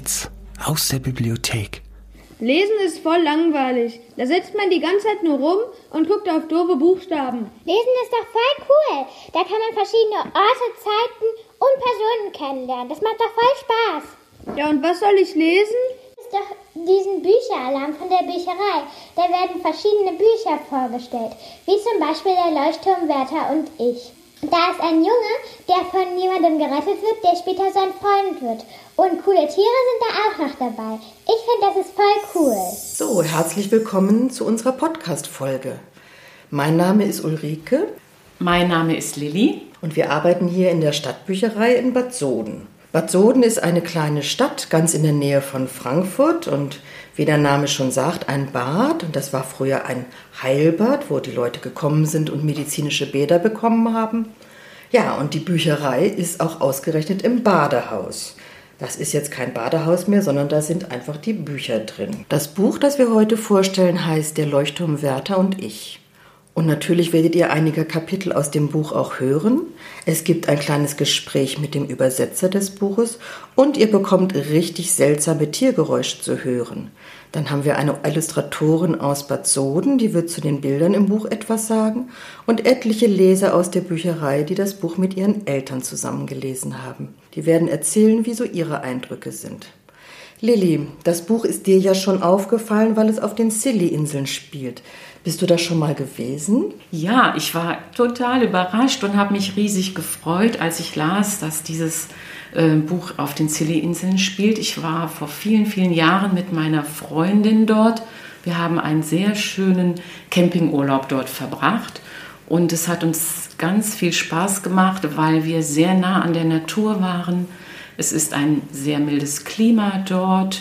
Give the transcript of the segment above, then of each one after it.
Kids aus der Bibliothek. Lesen ist voll langweilig. Da sitzt man die ganze Zeit nur rum und guckt auf doofe Buchstaben. Lesen ist doch voll cool. Da kann man verschiedene Orte, Zeiten und Personen kennenlernen. Das macht doch voll Spaß. Ja, und was soll ich lesen? Das ist doch diesen Bücheralarm von der Bücherei. Da werden verschiedene Bücher vorgestellt. Wie zum Beispiel der Leuchtturmwärter und ich. Da ist ein Junge, der von jemandem gerettet wird, der später sein Freund wird. Und coole Tiere sind da auch noch dabei. Ich finde, das ist voll cool. So, herzlich willkommen zu unserer Podcast-Folge. Mein Name ist Ulrike. Mein Name ist Lilly. Und wir arbeiten hier in der Stadtbücherei in Bad Soden. Bad Soden ist eine kleine Stadt, ganz in der Nähe von Frankfurt. Und wie der Name schon sagt, ein Bad. Und das war früher ein Heilbad, wo die Leute gekommen sind und medizinische Bäder bekommen haben. Ja, und die Bücherei ist auch ausgerechnet im Badehaus. Das ist jetzt kein Badehaus mehr, sondern da sind einfach die Bücher drin. Das Buch, das wir heute vorstellen, heißt Der Leuchtturmwärter und ich. Und natürlich werdet ihr einige Kapitel aus dem Buch auch hören. Es gibt ein kleines Gespräch mit dem Übersetzer des Buches und ihr bekommt richtig seltsame Tiergeräusche zu hören. Dann haben wir eine Illustratorin aus Bad Soden, die wird zu den Bildern im Buch etwas sagen, und etliche Leser aus der Bücherei, die das Buch mit ihren Eltern zusammengelesen haben. Die werden erzählen, wie so ihre Eindrücke sind. Lilly, das Buch ist dir ja schon aufgefallen, weil es auf den Scilly-Inseln spielt. Bist du da schon mal gewesen? Ja, ich war total überrascht und habe mich riesig gefreut, als ich las, dass dieses Buch auf den Scilly-Inseln spielt. Ich war vor vielen, vielen Jahren mit meiner Freundin dort. Wir haben einen sehr schönen Campingurlaub dort verbracht und es hat uns ganz viel Spaß gemacht, weil wir sehr nah an der Natur waren. Es ist ein sehr mildes Klima dort,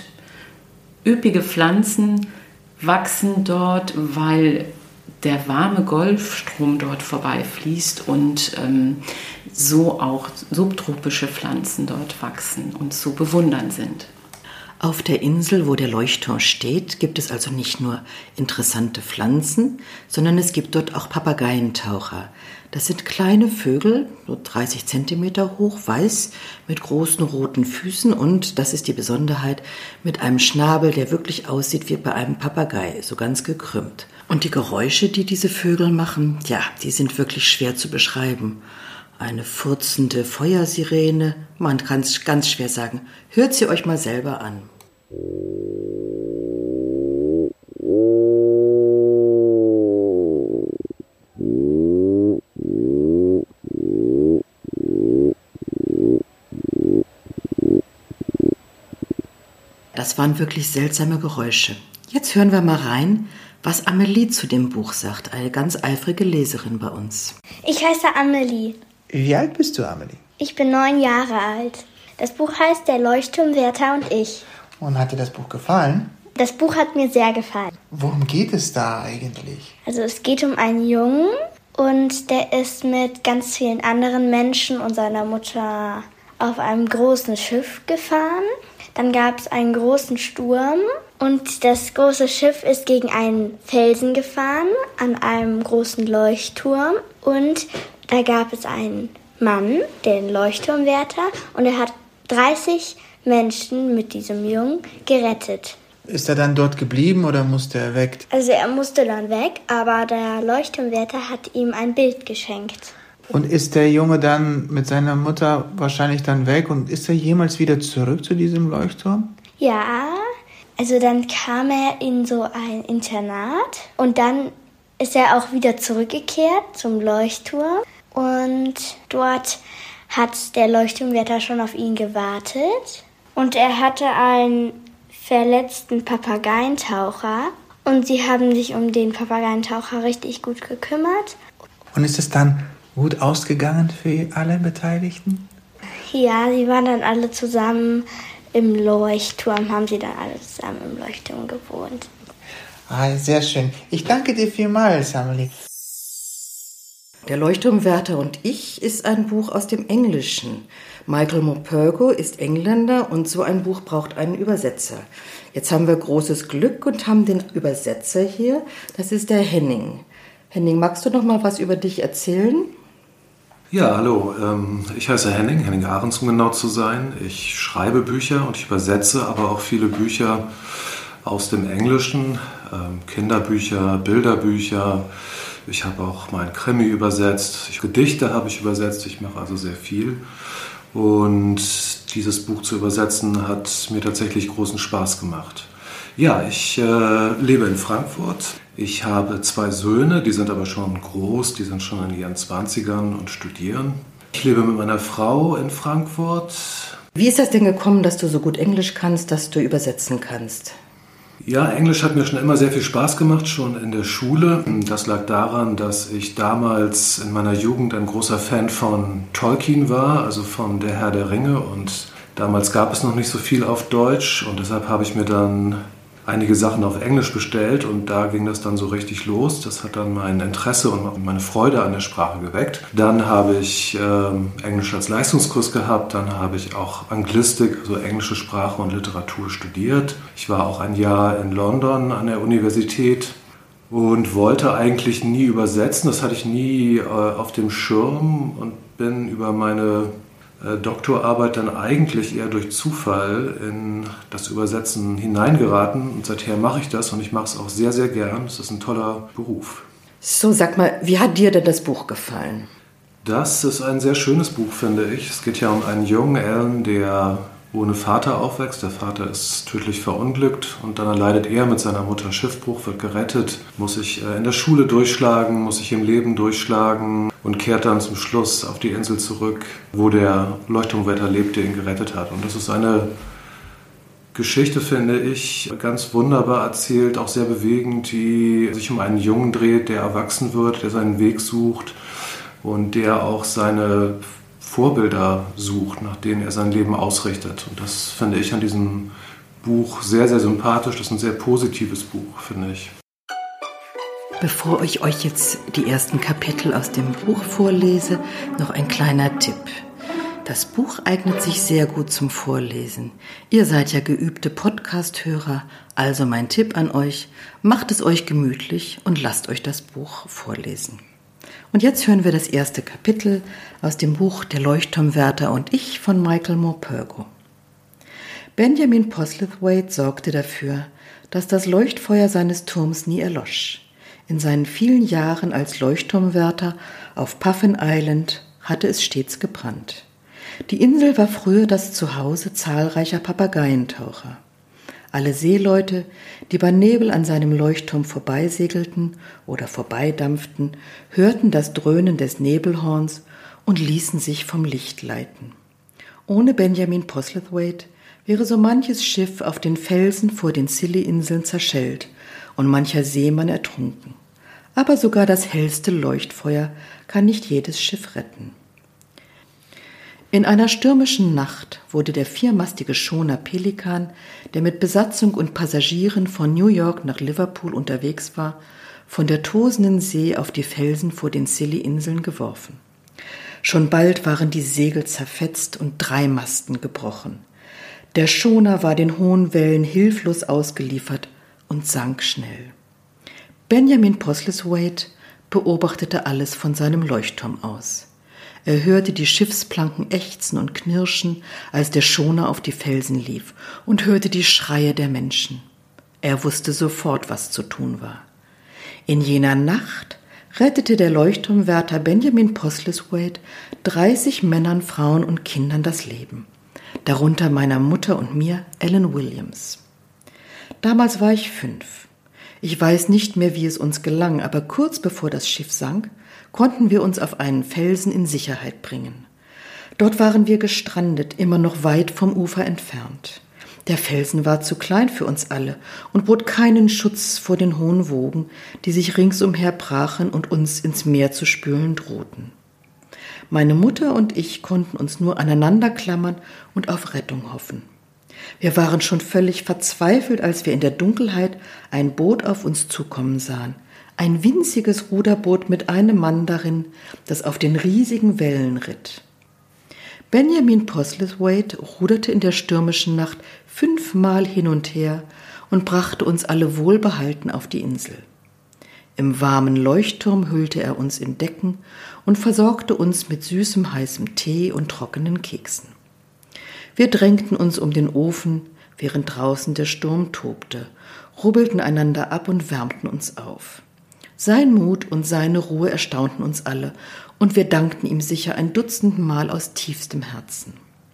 üppige Pflanzen wachsen dort, weil der warme Golfstrom dort vorbeifließt und so auch subtropische Pflanzen dort wachsen und zu bewundern sind. Auf der Insel, wo der Leuchtturm steht, gibt es also nicht nur interessante Pflanzen, sondern es gibt dort auch Papageientaucher. Das sind kleine Vögel, so 30 Zentimeter hoch, weiß, mit großen roten Füßen und, das ist die Besonderheit, mit einem Schnabel, der wirklich aussieht wie bei einem Papagei, so ganz gekrümmt. Und die Geräusche, die diese Vögel machen, ja, die sind wirklich schwer zu beschreiben. Eine furzende Feuersirene, man kann es ganz schwer sagen. Hört sie euch mal selber an. Das waren wirklich seltsame Geräusche. Jetzt hören wir mal rein, was Amelie zu dem Buch sagt, eine ganz eifrige Leserin bei uns. Ich heiße Amelie. Wie alt bist du, Amelie? Ich bin 9 Jahre alt. Das Buch heißt Der Leuchtturmwärter und ich. Und hat dir das Buch gefallen? Das Buch hat mir sehr gefallen. Worum geht es da eigentlich? Also es geht um einen Jungen und der ist mit ganz vielen anderen Menschen und seiner Mutter auf einem großen Schiff gefahren. Dann gab es einen großen Sturm und das große Schiff ist gegen einen Felsen gefahren an einem großen Leuchtturm und da gab es einen Mann, den Leuchtturmwärter, und er hat 30 Menschen mit diesem Jungen gerettet. Ist er dann dort geblieben oder musste er weg? Also er musste dann weg, aber der Leuchtturmwärter hat ihm ein Bild geschenkt. Und ist der Junge dann mit seiner Mutter wahrscheinlich dann weg und ist er jemals wieder zurück zu diesem Leuchtturm? Ja, also dann kam er in so ein Internat und dann ist er auch wieder zurückgekehrt zum Leuchtturm und dort hat der Leuchtturmwärter schon auf ihn gewartet und er hatte einen verletzten Papageientaucher und sie haben sich um den Papageientaucher richtig gut gekümmert. Und ist es dann gut ausgegangen für alle Beteiligten? Ja, sie waren dann alle zusammen im Leuchtturm, haben sie dann alle zusammen im Leuchtturm gewohnt. Ah, sehr schön. Ich danke dir vielmals, Amelie. Der Leuchtturmwärter und ich ist ein Buch aus dem Englischen. Michael Morpurgo ist Engländer und so ein Buch braucht einen Übersetzer. Jetzt haben wir großes Glück und haben den Übersetzer hier. Das ist der Henning. Henning, magst du noch mal was über dich erzählen? Ja, hallo. Ich heiße Henning Ahrens, um genau zu sein. Ich schreibe Bücher und ich übersetze aber auch viele Bücher aus dem Englischen, Kinderbücher, Bilderbücher. Ich habe auch mal ein Krimi übersetzt, Gedichte habe ich übersetzt, ich mache also sehr viel. Und dieses Buch zu übersetzen hat mir tatsächlich großen Spaß gemacht. Ja, ich lebe in Frankfurt. Ich habe 2 Söhne, die sind aber schon groß, die sind schon in ihren 20ern und studieren. Ich lebe mit meiner Frau in Frankfurt. Wie ist das denn gekommen, dass du so gut Englisch kannst, dass du übersetzen kannst? Ja, Englisch hat mir schon immer sehr viel Spaß gemacht, schon in der Schule. Das lag daran, dass ich damals in meiner Jugend ein großer Fan von Tolkien war, also von Der Herr der Ringe. Und damals gab es noch nicht so viel auf Deutsch und deshalb habe ich mir dann einige Sachen auf Englisch bestellt und da ging das dann so richtig los. Das hat dann mein Interesse und meine Freude an der Sprache geweckt. Dann habe ich Englisch als Leistungskurs gehabt, dann habe ich auch Anglistik, also englische Sprache und Literatur studiert. Ich war auch ein Jahr in London an der Universität und wollte eigentlich nie übersetzen. Das hatte ich nie auf dem Schirm und bin über meine Doktorarbeit dann eigentlich eher durch Zufall in das Übersetzen hineingeraten und seither mache ich das und ich mache es auch sehr, sehr gern. Es ist ein toller Beruf. So, sag mal, wie hat dir denn das Buch gefallen? Das ist ein sehr schönes Buch, finde ich. Es geht ja um einen jungen Alan, der ohne Vater aufwächst. Der Vater ist tödlich verunglückt und dann erleidet er mit seiner Mutter Schiffbruch, wird gerettet, muss sich in der Schule durchschlagen, muss sich im Leben durchschlagen und kehrt dann zum Schluss auf die Insel zurück, wo der Leuchtturmwärter lebt, der ihn gerettet hat. Und das ist eine Geschichte, finde ich, ganz wunderbar erzählt, auch sehr bewegend, die sich um einen Jungen dreht, der erwachsen wird, der seinen Weg sucht und der auch seine Vorbilder sucht, nach denen er sein Leben ausrichtet. Und das finde ich an diesem Buch sehr, sehr sympathisch. Das ist ein sehr positives Buch, finde ich. Bevor ich euch jetzt die ersten Kapitel aus dem Buch vorlese, noch ein kleiner Tipp. Das Buch eignet sich sehr gut zum Vorlesen. Ihr seid ja geübte Podcast-Hörer, also mein Tipp an euch, macht es euch gemütlich und lasst euch das Buch vorlesen. Und jetzt hören wir das erste Kapitel aus dem Buch Der Leuchtturmwärter und ich von Michael Morpurgo. Benjamin Postlethwaite sorgte dafür, dass das Leuchtfeuer seines Turms nie erlosch. In seinen vielen Jahren als Leuchtturmwärter auf Puffin Island hatte es stets gebrannt. Die Insel war früher das Zuhause zahlreicher Papageientaucher. Alle Seeleute, die bei Nebel an seinem Leuchtturm vorbeisegelten oder vorbeidampften, hörten das Dröhnen des Nebelhorns und ließen sich vom Licht leiten. Ohne Benjamin Postlethwaite wäre so manches Schiff auf den Felsen vor den Scilly-Inseln zerschellt und mancher Seemann ertrunken. Aber sogar das hellste Leuchtfeuer kann nicht jedes Schiff retten. In einer stürmischen Nacht wurde der viermastige Schoner Pelikan, der mit Besatzung und Passagieren von New York nach Liverpool unterwegs war, von der tosenden See auf die Felsen vor den Scilly-Inseln geworfen. Schon bald waren die Segel zerfetzt und 3 Masten gebrochen. Der Schoner war den hohen Wellen hilflos ausgeliefert und sank schnell. Benjamin Postlethwaite beobachtete alles von seinem Leuchtturm aus. Er hörte die Schiffsplanken ächzen und knirschen, als der Schoner auf die Felsen lief, und hörte die Schreie der Menschen. Er wusste sofort, was zu tun war. In jener Nacht rettete der Leuchtturmwärter Benjamin Postlethwaite 30 Männern, Frauen und Kindern das Leben, darunter meiner Mutter und mir, Ellen Williams. Damals war ich 5. Ich weiß nicht mehr, wie es uns gelang, aber kurz bevor das Schiff sank, konnten wir uns auf einen Felsen in Sicherheit bringen. Dort waren wir gestrandet, immer noch weit vom Ufer entfernt. Der Felsen war zu klein für uns alle und bot keinen Schutz vor den hohen Wogen, die sich ringsumher brachen und uns ins Meer zu spülen drohten. Meine Mutter und ich konnten uns nur aneinander klammern und auf Rettung hoffen. Wir waren schon völlig verzweifelt, als wir in der Dunkelheit ein Boot auf uns zukommen sahen. Ein winziges Ruderboot mit einem Mann darin, das auf den riesigen Wellen ritt. Benjamin Postlethwaite ruderte in der stürmischen Nacht 5-mal hin und her und brachte uns alle wohlbehalten auf die Insel. Im warmen Leuchtturm hüllte er uns in Decken und versorgte uns mit süßem heißem Tee und trockenen Keksen. Wir drängten uns um den Ofen, während draußen der Sturm tobte, rubbelten einander ab und wärmten uns auf. Sein Mut und seine Ruhe erstaunten uns alle, und wir dankten ihm sicher ein Dutzend Mal aus tiefstem Herzen.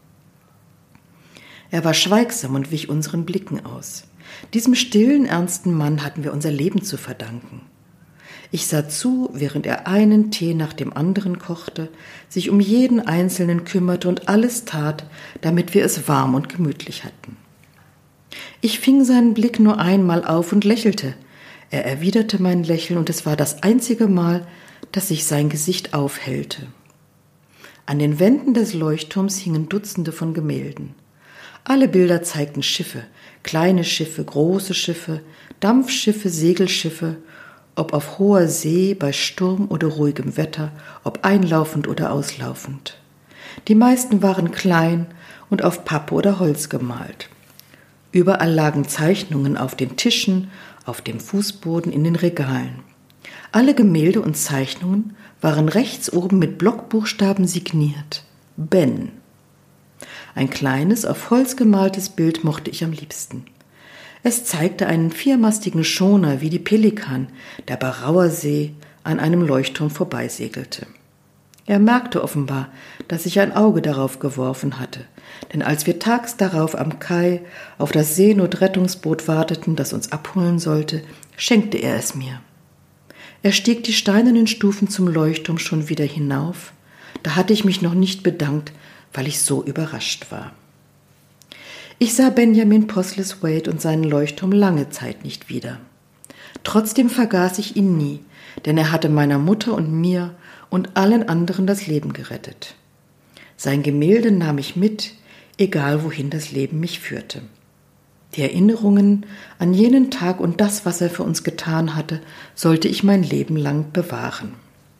Er war schweigsam und wich unseren Blicken aus. Diesem stillen, ernsten Mann hatten wir unser Leben zu verdanken. Ich sah zu, während er einen Tee nach dem anderen kochte, sich um jeden Einzelnen kümmerte und alles tat, damit wir es warm und gemütlich hatten. Ich fing seinen Blick nur einmal auf und lächelte. Er erwiderte mein Lächeln, und es war das einzige Mal, dass sich sein Gesicht aufhellte. An den Wänden des Leuchtturms hingen Dutzende von Gemälden. Alle Bilder zeigten Schiffe, kleine Schiffe, große Schiffe, Dampfschiffe, Segelschiffe, ob auf hoher See, bei Sturm oder ruhigem Wetter, ob einlaufend oder auslaufend. Die meisten waren klein und auf Pappe oder Holz gemalt. Überall lagen Zeichnungen auf den Tischen, auf dem Fußboden, in den Regalen. Alle Gemälde und Zeichnungen waren rechts oben mit Blockbuchstaben signiert. Ben. Ein kleines, auf Holz gemaltes Bild mochte ich am liebsten. Es zeigte einen viermastigen Schoner wie die Pelikan, der bei rauer See an einem Leuchtturm vorbeisegelte. Er merkte offenbar, dass ich ein Auge darauf geworfen hatte, denn als wir tags darauf am Kai auf das Seenotrettungsboot warteten, das uns abholen sollte, schenkte er es mir. Er stieg die steinernen Stufen zum Leuchtturm schon wieder hinauf. Da hatte ich mich noch nicht bedankt, weil ich so überrascht war. Ich sah Benjamin Postlethwaite und seinen Leuchtturm lange Zeit nicht wieder. Trotzdem vergaß ich ihn nie, denn er hatte meiner Mutter und mir und allen anderen das Leben gerettet. Sein Gemälde nahm ich mit, egal wohin das Leben mich führte. Die Erinnerungen an jenen Tag und das, was er für uns getan hatte, sollte ich mein Leben lang bewahren.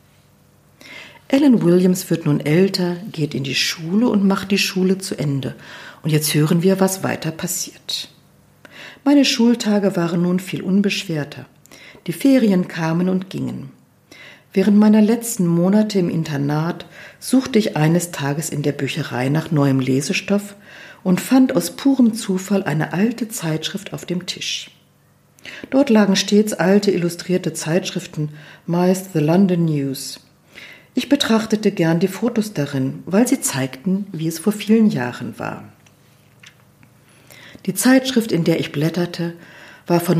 Ellen Williams wird nun älter, geht in die Schule und macht die Schule zu Ende. Und jetzt hören wir, was weiter passiert. Meine Schultage waren nun viel unbeschwerter. Die Ferien kamen und gingen. Während meiner letzten Monate im Internat suchte ich eines Tages in der Bücherei nach neuem Lesestoff und fand aus purem Zufall eine alte Zeitschrift auf dem Tisch. Dort lagen stets alte illustrierte Zeitschriften, meist The London News. Ich betrachtete gern die Fotos darin, weil sie zeigten, wie es vor vielen Jahren war. Die Zeitschrift, in der ich blätterte, war von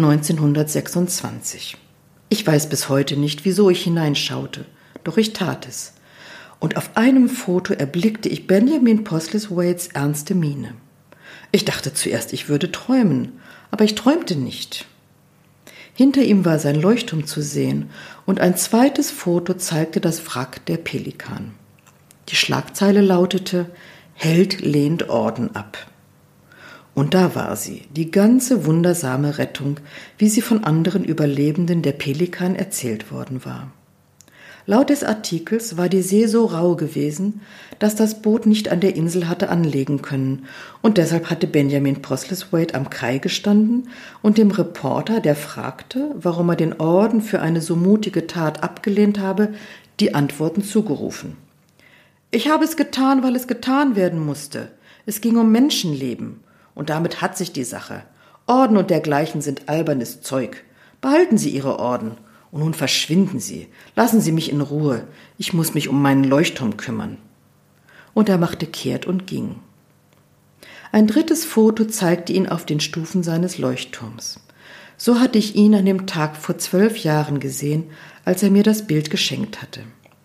1926. Ich weiß bis heute nicht, wieso ich hineinschaute, doch ich tat es. Und auf einem Foto erblickte ich Benjamin Postlethwaites ernste Miene. Ich dachte zuerst, ich würde träumen, aber ich träumte nicht. Hinter ihm war sein Leuchtturm zu sehen und ein zweites Foto zeigte das Wrack der Pelikan. Die Schlagzeile lautete: Held lehnt Orden ab. Und da war sie, die ganze wundersame Rettung, wie sie von anderen Überlebenden der Pelikan erzählt worden war. Laut des Artikels war die See so rau gewesen, dass das Boot nicht an der Insel hatte anlegen können, und deshalb hatte Benjamin Postlethwaite am Kai gestanden und dem Reporter, der fragte, warum er den Orden für eine so mutige Tat abgelehnt habe, die Antworten zugerufen. »Ich habe es getan, weil es getan werden musste. Es ging um Menschenleben. Und damit hat sich die Sache. Orden und dergleichen sind albernes Zeug. Behalten Sie Ihre Orden. Und nun verschwinden Sie. Lassen Sie mich in Ruhe. Ich muss mich um meinen Leuchtturm kümmern.« Und er machte kehrt und ging. Ein drittes Foto zeigte ihn auf den Stufen seines Leuchtturms. So hatte ich ihn an dem Tag vor 12 Jahren gesehen, als er mir das Bild geschenkt hatte.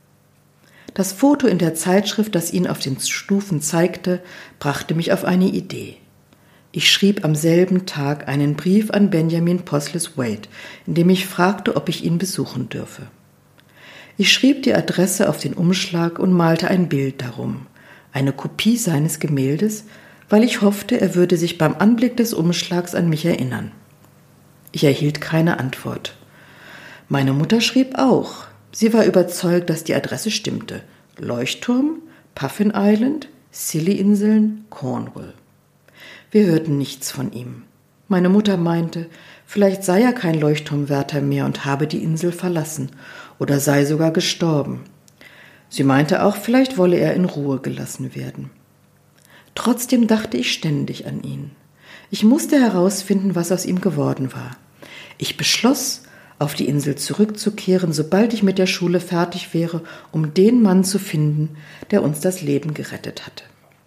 Das Foto in der Zeitschrift, das ihn auf den Stufen zeigte, brachte mich auf eine Idee. Ich schrieb am selben Tag einen Brief an Benjamin Postlethwaite, in dem ich fragte, ob ich ihn besuchen dürfe. Ich schrieb die Adresse auf den Umschlag und malte ein Bild darum, eine Kopie seines Gemäldes, weil ich hoffte, er würde sich beim Anblick des Umschlags an mich erinnern. Ich erhielt keine Antwort. Meine Mutter schrieb auch. Sie war überzeugt, dass die Adresse stimmte. Leuchtturm, Puffin Island, Scilly-Inseln, Cornwall. Wir hörten nichts von ihm. Meine Mutter meinte, vielleicht sei er kein Leuchtturmwärter mehr und habe die Insel verlassen oder sei sogar gestorben. Sie meinte auch, vielleicht wolle er in Ruhe gelassen werden. Trotzdem dachte ich ständig an ihn. Ich musste herausfinden, was aus ihm geworden war. Ich beschloss, auf die Insel zurückzukehren, sobald ich mit der Schule fertig wäre, um den Mann zu finden, der uns das Leben gerettet hatte.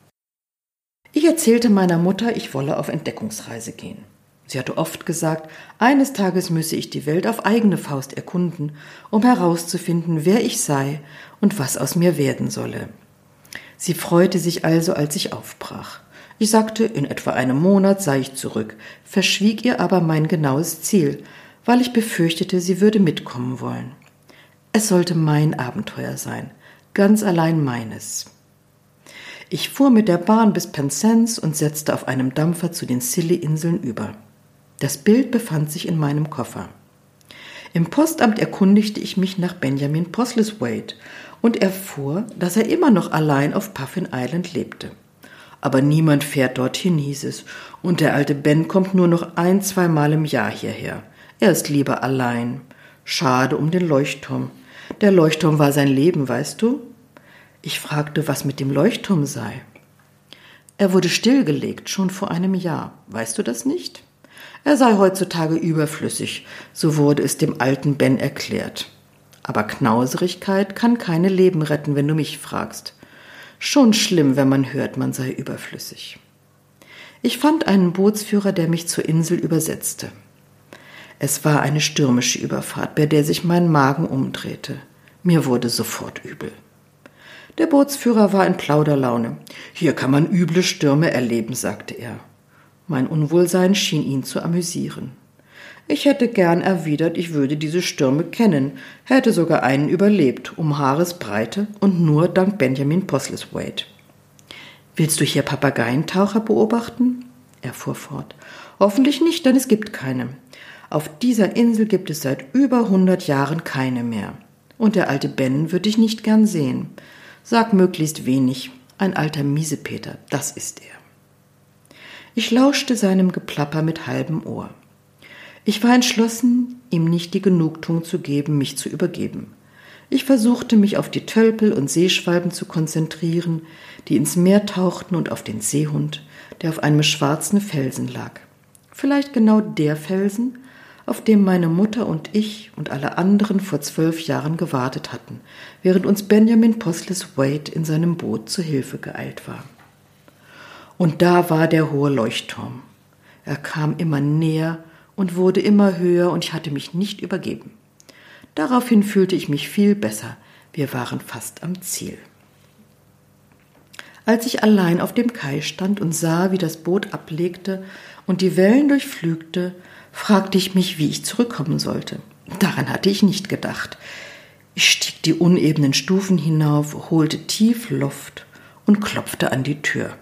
Ich erzählte meiner Mutter, ich wolle auf Entdeckungsreise gehen. Sie hatte oft gesagt, eines Tages müsse ich die Welt auf eigene Faust erkunden, um herauszufinden, wer ich sei und was aus mir werden solle. Sie freute sich also, als ich aufbrach. Ich sagte, in etwa einem Monat sei ich zurück, verschwieg ihr aber mein genaues Ziel, weil ich befürchtete, sie würde mitkommen wollen. Es sollte mein Abenteuer sein, ganz allein meines. Ich fuhr mit der Bahn bis Penzance und setzte auf einem Dampfer zu den Scilly-Inseln über. Das Bild befand sich in meinem Koffer. Im Postamt erkundigte ich mich nach Benjamin Postlethwaite und erfuhr, dass er immer noch allein auf Puffin Island lebte. Aber niemand fährt dorthin, hieß es, und der alte Ben kommt nur noch 1-2 Mal im Jahr hierher. Er ist lieber allein. Schade um den Leuchtturm. Der Leuchtturm war sein Leben, weißt du? Ich fragte, was mit dem Leuchtturm sei. Er wurde stillgelegt, schon vor einem Jahr. Weißt du das nicht? Er sei heutzutage überflüssig, so wurde es dem alten Ben erklärt. Aber Knauserigkeit kann keine Leben retten, wenn du mich fragst. Schon schlimm, wenn man hört, man sei überflüssig. Ich fand einen Bootsführer, der mich zur Insel übersetzte. Es war eine stürmische Überfahrt, bei der sich mein Magen umdrehte. Mir wurde sofort übel. Der Bootsführer war in Plauderlaune. Hier kann man üble Stürme erleben, sagte er. Mein Unwohlsein schien ihn zu amüsieren. Ich hätte gern erwidert, ich würde diese Stürme kennen, hätte sogar einen überlebt, um Haaresbreite und nur dank Benjamin Postlethwaite. »Willst du hier Papageientaucher beobachten?« Er fuhr fort. »Hoffentlich nicht, denn es gibt keine. Auf dieser Insel gibt es seit über 100 Jahren keine mehr. Und der alte Ben würde ich nicht gern sehen. Sag möglichst wenig, ein alter Miesepeter, das ist er.« Ich lauschte seinem Geplapper mit halbem Ohr. Ich war entschlossen, ihm nicht die Genugtuung zu geben, mich zu übergeben. Ich versuchte, mich auf die Tölpel und Seeschwalben zu konzentrieren, die ins Meer tauchten, und auf den Seehund, der auf einem schwarzen Felsen lag. Vielleicht genau der Felsen, auf dem meine Mutter und ich und alle anderen vor 12 Jahren gewartet hatten, während uns Benjamin Postlethwaite in seinem Boot zu Hilfe geeilt war. Und da war der hohe Leuchtturm. Er kam immer näher und wurde immer höher, und ich hatte mich nicht übergeben. Daraufhin fühlte ich mich viel besser. Wir waren fast am Ziel. Als ich allein auf dem Kai stand und sah, wie das Boot ablegte und die Wellen durchflügte, fragte ich mich, wie ich zurückkommen sollte. Daran hatte ich nicht gedacht. Ich stieg die unebenen Stufen hinauf, holte tief Luft und klopfte an die Tür.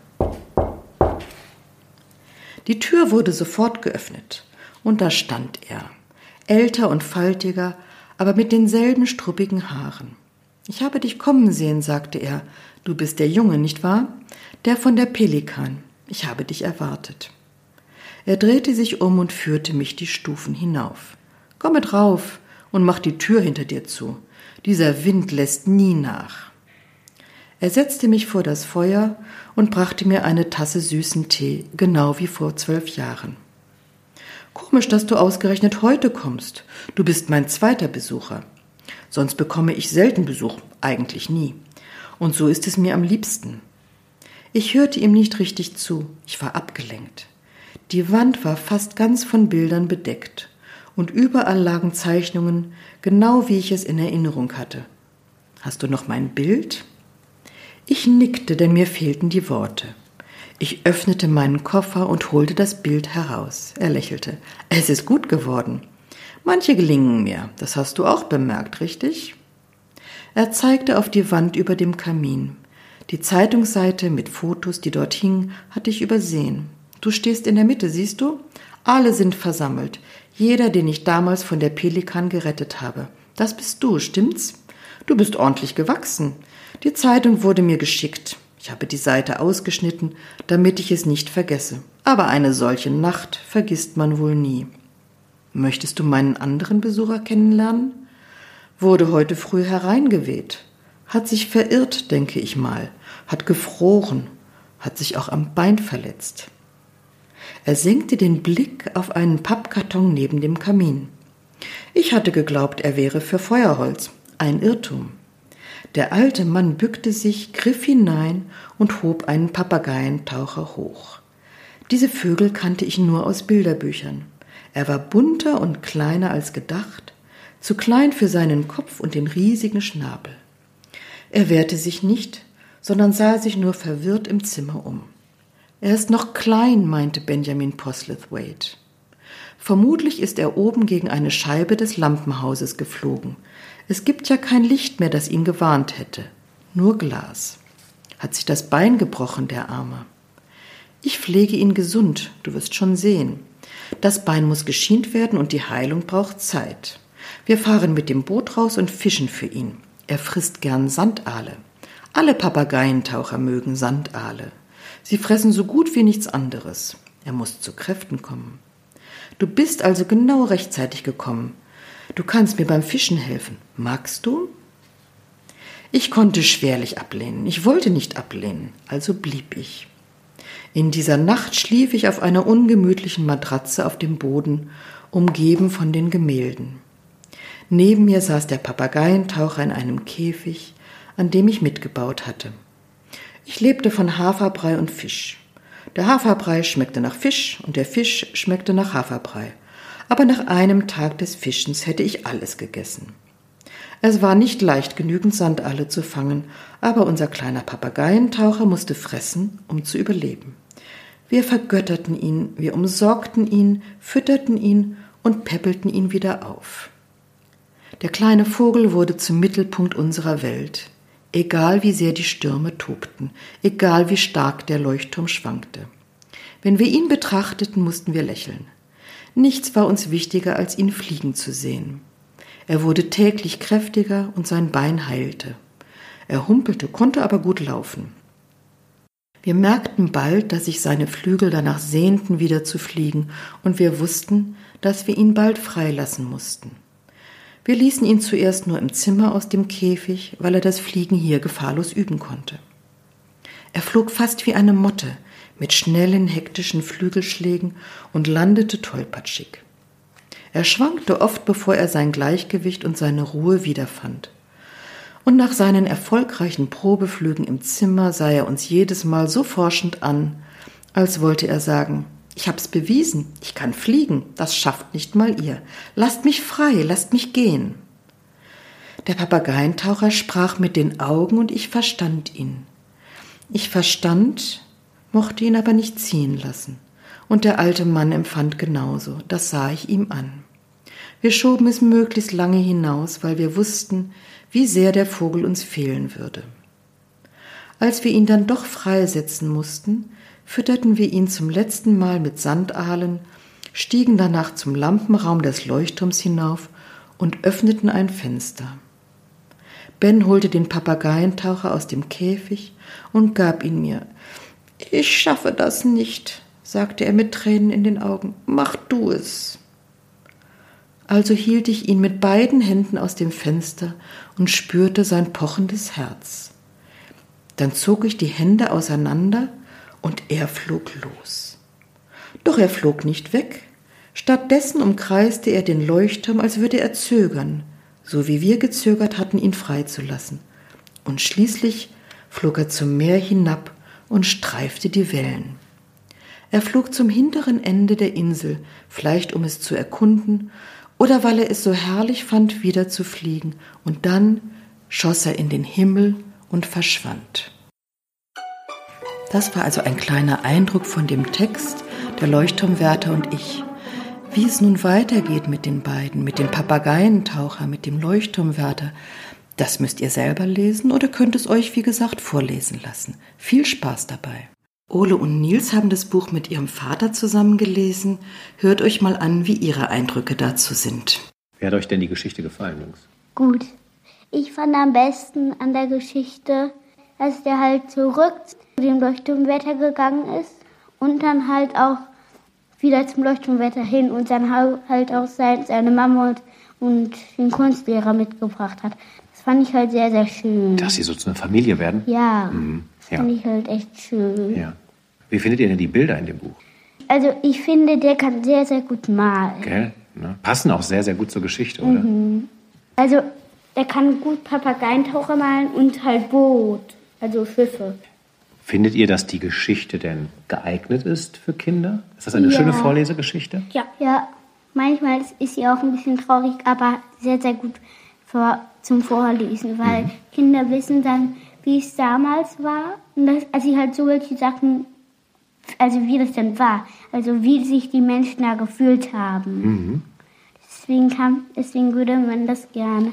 Die Tür wurde sofort geöffnet, und da stand er, älter und faltiger, aber mit denselben struppigen Haaren. »Ich habe dich kommen sehen«, sagte er. »Du bist der Junge, nicht wahr? Der von der Pelikan. Ich habe dich erwartet.« Er drehte sich um und führte mich die Stufen hinauf. »Komm mit rauf und mach die Tür hinter dir zu. Dieser Wind lässt nie nach.« Er setzte mich vor das Feuer und brachte mir eine Tasse süßen Tee, genau wie vor 12 Jahren. »Komisch, dass du ausgerechnet heute kommst. Du bist mein zweiter Besucher. Sonst bekomme ich selten Besuch, eigentlich nie. Und so ist es mir am liebsten.« Ich hörte ihm nicht richtig zu, ich war abgelenkt. Die Wand war fast ganz von Bildern bedeckt, und überall lagen Zeichnungen, genau wie ich es in Erinnerung hatte. »Hast du noch mein Bild?« Ich nickte, denn mir fehlten die Worte. Ich öffnete meinen Koffer und holte das Bild heraus. Er lächelte. »Es ist gut geworden. Manche gelingen mir, das hast du auch bemerkt, richtig?« Er zeigte auf die Wand über dem Kamin. Die Zeitungsseite mit Fotos, die dort hingen, hatte ich übersehen. Du stehst in der Mitte, siehst du? Alle sind versammelt. Jeder, den ich damals von der Pelikan gerettet habe. Das bist du, stimmt's? Du bist ordentlich gewachsen. Die Zeitung wurde mir geschickt. Ich habe die Seite ausgeschnitten, damit ich es nicht vergesse. Aber eine solche Nacht vergisst man wohl nie. Möchtest du meinen anderen Besucher kennenlernen? Wurde heute früh hereingeweht, hat sich verirrt, denke ich mal, hat gefroren, hat sich auch am Bein verletzt. Er senkte den Blick auf einen Pappkarton neben dem Kamin. Ich hatte geglaubt, er wäre für Feuerholz, ein Irrtum. Der alte Mann bückte sich, griff hinein und hob einen Papageientaucher hoch. Diese Vögel kannte ich nur aus Bilderbüchern. Er war bunter und kleiner als gedacht, zu klein für seinen Kopf und den riesigen Schnabel. Er wehrte sich nicht, sondern sah sich nur verwirrt im Zimmer um. Er ist noch klein, meinte Benjamin Postlethwaite. Vermutlich ist er oben gegen eine Scheibe des Lampenhauses geflogen. Es gibt ja kein Licht mehr, das ihn gewarnt hätte. Nur Glas. Hat sich das Bein gebrochen, der Arme. Ich pflege ihn gesund, du wirst schon sehen. Das Bein muss geschient werden und die Heilung braucht Zeit. Wir fahren mit dem Boot raus und fischen für ihn. Er frisst gern Sandaale. Alle Papageientaucher mögen Sandaale. Sie fressen so gut wie nichts anderes. Er muss zu Kräften kommen. Du bist also genau rechtzeitig gekommen. Du kannst mir beim Fischen helfen. Magst du? Ich konnte schwerlich ablehnen. Ich wollte nicht ablehnen, also blieb ich. In dieser Nacht schlief ich auf einer ungemütlichen Matratze auf dem Boden, umgeben von den Gemälden. Neben mir saß der Papageientaucher in einem Käfig, an dem ich mitgebaut hatte. Ich lebte von Haferbrei und Fisch. Der Haferbrei schmeckte nach Fisch und der Fisch schmeckte nach Haferbrei. Aber nach einem Tag des Fischens hätte ich alles gegessen. Es war nicht leicht, genügend Sandaale zu fangen, aber unser kleiner Papageientaucher musste fressen, um zu überleben. Wir vergötterten ihn, wir umsorgten ihn, fütterten ihn und päppelten ihn wieder auf. Der kleine Vogel wurde zum Mittelpunkt unserer Welt, egal wie sehr die Stürme tobten, egal wie stark der Leuchtturm schwankte. Wenn wir ihn betrachteten, mussten wir lächeln. Nichts war uns wichtiger, als ihn fliegen zu sehen. Er wurde täglich kräftiger und sein Bein heilte. Er humpelte, konnte aber gut laufen. Wir merkten bald, dass sich seine Flügel danach sehnten, wieder zu fliegen, und wir wussten, dass wir ihn bald freilassen mussten. Wir ließen ihn zuerst nur im Zimmer aus dem Käfig, weil er das Fliegen hier gefahrlos üben konnte. Er flog fast wie eine Motte, mit schnellen, hektischen Flügelschlägen und landete tollpatschig. Er schwankte oft, bevor er sein Gleichgewicht und seine Ruhe wiederfand. Und nach seinen erfolgreichen Probeflügen im Zimmer sah er uns jedes Mal so forschend an, als wollte er sagen: Ich hab's bewiesen, ich kann fliegen, das schafft nicht mal ihr. Lasst mich frei, lasst mich gehen. Der Papageientaucher sprach mit den Augen und ich verstand ihn. Ich verstand, mochte ihn aber nicht ziehen lassen. Und der alte Mann empfand genauso, das sah ich ihm an. Wir schoben es möglichst lange hinaus, weil wir wussten, wie sehr der Vogel uns fehlen würde. Als wir ihn dann doch freisetzen mussten, fütterten wir ihn zum letzten Mal mit Sandaalen, stiegen danach zum Lampenraum des Leuchtturms hinauf und öffneten ein Fenster. Ben holte den Papageientaucher aus dem Käfig und gab ihn mir. »Ich schaffe das nicht«, sagte er mit Tränen in den Augen. »Mach du es.« Also hielt ich ihn mit beiden Händen aus dem Fenster und spürte sein pochendes Herz. Dann zog ich die Hände auseinander und er flog los. Doch er flog nicht weg. Stattdessen umkreiste er den Leuchtturm, als würde er zögern, so wie wir gezögert hatten, ihn freizulassen. Und schließlich flog er zum Meer hinab und streifte die Wellen. Er flog zum hinteren Ende der Insel, vielleicht um es zu erkunden oder weil er es so herrlich fand, wieder zu fliegen, und dann schoss er in den Himmel und verschwand. Das war also ein kleiner Eindruck von dem Text Der Leuchtturmwärter und ich. Wie es nun weitergeht mit den beiden, mit dem Papageientaucher, mit dem Leuchtturmwärter, das müsst ihr selber lesen oder könnt es euch, wie gesagt, vorlesen lassen. Viel Spaß dabei. Ole und Nils haben das Buch mit ihrem Vater zusammen gelesen. Hört euch mal an, wie ihre Eindrücke dazu sind. Wie hat euch denn die Geschichte gefallen, Jungs? Gut. Ich fand am besten an der Geschichte, dass der halt zurück zu dem Leuchtturmwärter gegangen ist und dann halt auch wieder zum Leuchtturmwetter hin und dann halt auch seine Mama und den Kunstlehrer mitgebracht hat. Das fand ich halt sehr, sehr schön. Dass sie so zu einer Familie werden? Ja, ja. Fand ich halt echt schön. Ja. Wie findet ihr denn die Bilder in dem Buch? Also ich finde, der kann sehr, sehr gut malen. Gell? Ne? Passen auch sehr, sehr gut zur Geschichte, oder? Also er kann gut Papageientaucher malen und halt Boot, also Schiffe. Findet ihr, dass die Geschichte denn geeignet ist für Kinder? Ist das eine schöne Vorlesegeschichte? Ja, manchmal ist sie auch ein bisschen traurig, aber sehr, sehr gut zum Vorlesen, weil Kinder wissen dann, wie es damals war. Und als sie halt so welche Sachen, also wie das dann war, also wie sich die Menschen da gefühlt haben. Deswegen würde man das gerne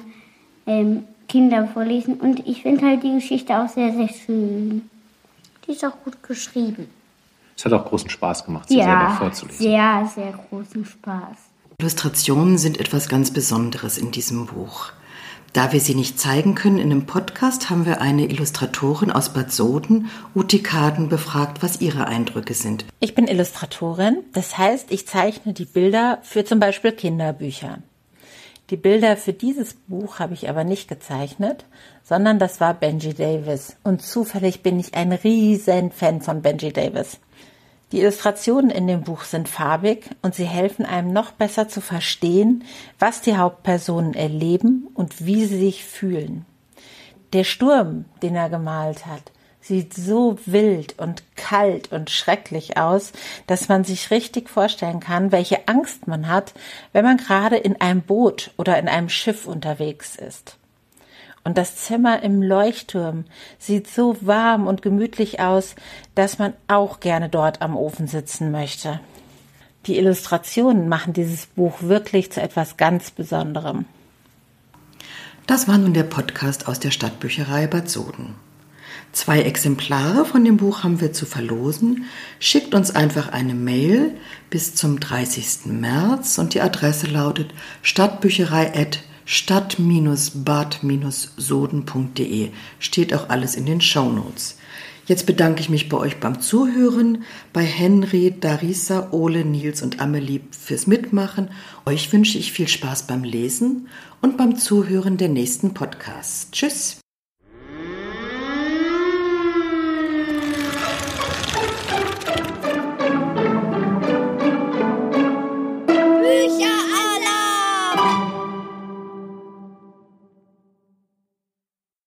Kinder vorlesen. Und ich finde halt die Geschichte auch sehr, sehr schön. Die ist auch gut geschrieben. Es hat auch großen Spaß gemacht, sie selber vorzulesen. Sehr, sehr großen Spaß. Illustrationen sind etwas ganz Besonderes in diesem Buch. Da wir sie nicht zeigen können in einem Podcast, haben wir eine Illustratorin aus Bad Soden, Uti Kaden, befragt, was ihre Eindrücke sind. Ich bin Illustratorin, das heißt, ich zeichne die Bilder für zum Beispiel Kinderbücher. Die Bilder für dieses Buch habe ich aber nicht gezeichnet, sondern das war Benji Davis. Und zufällig bin ich ein riesen Fan von Benji Davis. Die Illustrationen in dem Buch sind farbig und sie helfen einem noch besser zu verstehen, was die Hauptpersonen erleben und wie sie sich fühlen. Der Sturm, den er gemalt hat, sieht so wild und kalt und schrecklich aus, dass man sich richtig vorstellen kann, welche Angst man hat, wenn man gerade in einem Boot oder in einem Schiff unterwegs ist. Und das Zimmer im Leuchtturm sieht so warm und gemütlich aus, dass man auch gerne dort am Ofen sitzen möchte. Die Illustrationen machen dieses Buch wirklich zu etwas ganz Besonderem. Das war nun der Podcast aus der Stadtbücherei Bad Soden. 2 Exemplare von dem Buch haben wir zu verlosen. Schickt uns einfach eine Mail bis zum 30. März und die Adresse lautet stadtbücherei@stadt-bad-soden.de. Steht auch alles in den Shownotes. Jetzt bedanke ich mich bei euch beim Zuhören, bei Henry, Darisa, Ole, Nils und Amelie fürs Mitmachen. Euch wünsche ich viel Spaß beim Lesen und beim Zuhören der nächsten Podcasts. Tschüss!